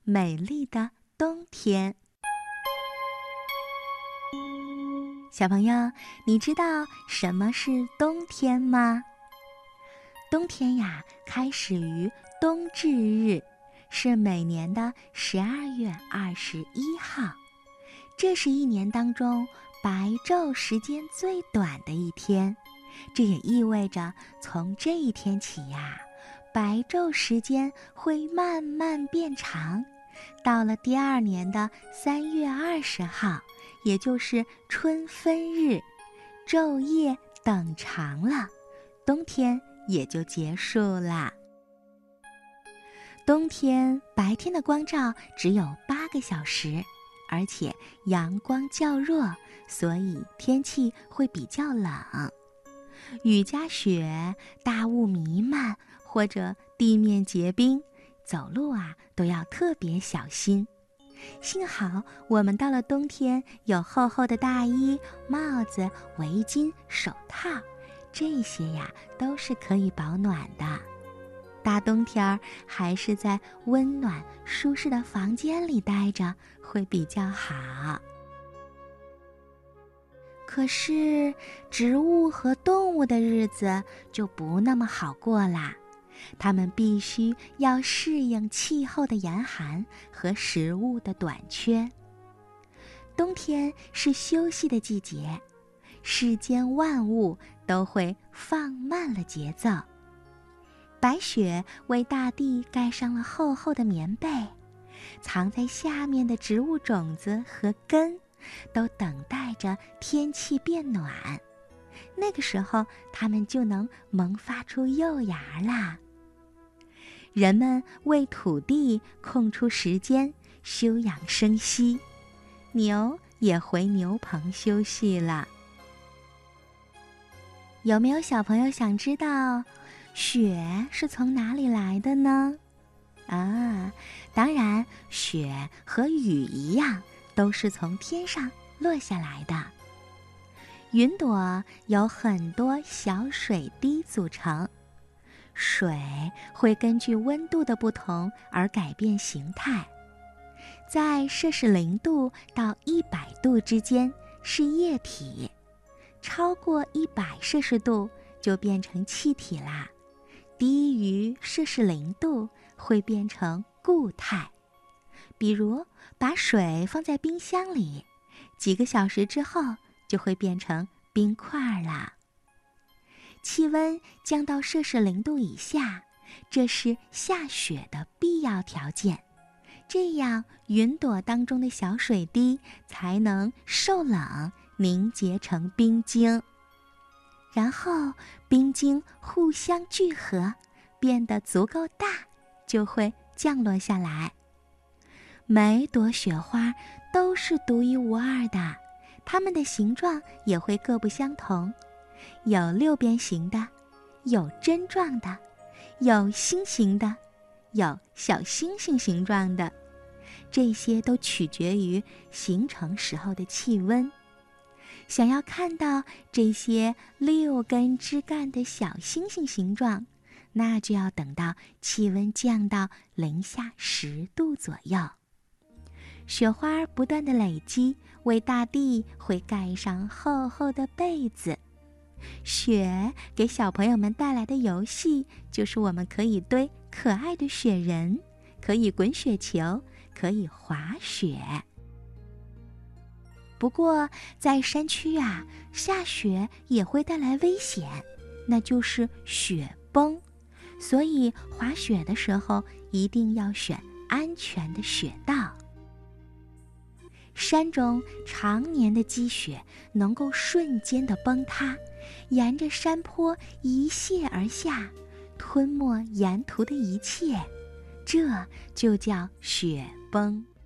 美丽的冬天。小朋友，你知道什么是冬天吗？冬天呀，开始于冬至日，是每年的12月21号。这是一年当中白昼时间最短的一天，这也意味着从这一天起呀，白昼时间会慢慢变长，到了第2年的3月20号，也就是春分日，昼夜等长了，冬天也就结束了。冬天白天的光照只有8个小时，而且阳光较弱，所以天气会比较冷。雨夹雪、大雾弥漫或者地面结冰，走路都要特别小心。幸好我们到了冬天有厚厚的大衣、帽子、围巾、手套，这些都是可以保暖的。大冬天还是在温暖舒适的房间里待着会比较好。可是植物和动物的日子就不那么好过啦，它们必须要适应气候的严寒和食物的短缺。冬天是休息的季节，世间万物都会放慢了节奏。白雪为大地盖上了厚厚的棉被，藏在下面的植物种子和根都等待着天气变暖，那个时候它们就能萌发出幼芽啦。人们为土地空出时间休养生息，牛也回牛棚休息了。有没有小朋友想知道雪是从哪里来的呢？当然，雪和雨一样，都是从天上落下来的。云朵有很多小水滴组成，水会根据温度的不同而改变形态。在摄氏0度到100度之间是液体，超过100摄氏度就变成气体啦。低于摄氏0度会变成固态，比如把水放在冰箱里，几个小时之后就会变成冰块啦。气温降到摄氏0度以下，这是下雪的必要条件，这样云朵当中的小水滴才能受冷凝结成冰晶。然后冰晶互相聚合，变得足够大，就会降落下来。每朵雪花都是独一无二的，它们的形状也会各不相同，有6边形的，有针状的，有心形的，有小星星形状的，这些都取决于形成时候的气温。想要看到这些6根枝干的小星星形状，那就要等到气温降到-10度左右。雪花不断的累积，为大地会盖上厚厚的被子。雪给小朋友们带来的游戏，就是我们可以堆可爱的雪人，可以滚雪球，可以滑雪。不过在山区下雪也会带来危险，那就是雪崩，所以滑雪的时候一定要选安全的雪道。山中常年的积雪能够瞬间的崩塌，沿着山坡一泻而下，吞没沿途的一切，这就叫雪崩。